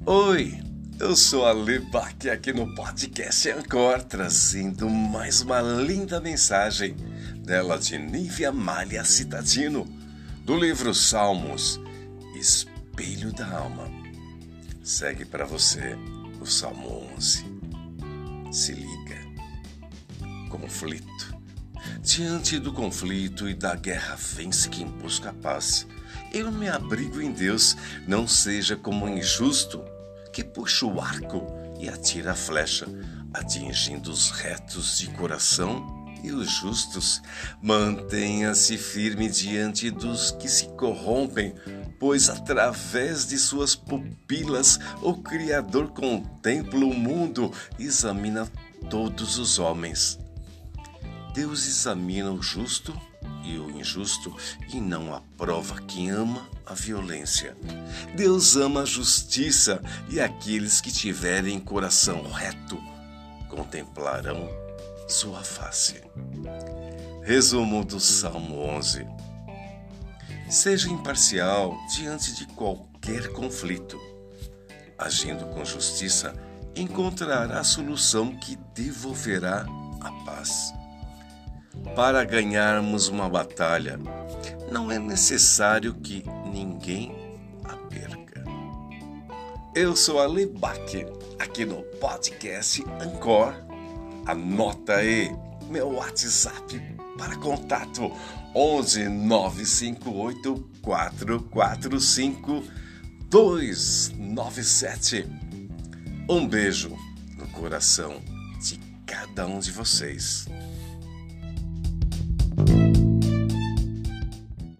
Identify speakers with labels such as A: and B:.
A: Oi, eu sou a Lebac aqui no podcast Ancor, trazendo mais uma linda mensagem dela de Nívia Malha Citadino, do livro Salmos, Espelho da Alma. Segue para você o Salmo 11. Se liga. Conflito. Diante do conflito e da guerra vence quem busca a paz. Eu me abrigo em Deus, não seja como um injusto que puxa o arco e atira a flecha, atingindo os retos de coração e os justos. Mantenha-se firme diante dos que se corrompem, pois através de suas pupilas o Criador contempla o mundo e examina todos os homens. Deus examina o justo e o injusto e não aprova quem ama a violência. Deus ama a justiça e aqueles que tiverem coração reto contemplarão sua face. Resumo do Salmo 11. Seja imparcial diante de qualquer conflito. Agindo com justiça, encontrará a solução que devolverá a paz. Para ganharmos uma batalha, não é necessário que ninguém a perca. Eu sou a Lebac, aqui no podcast Ancor. Anota aí meu WhatsApp para contato 11 958 445 297. Um beijo no coração de cada um de vocês.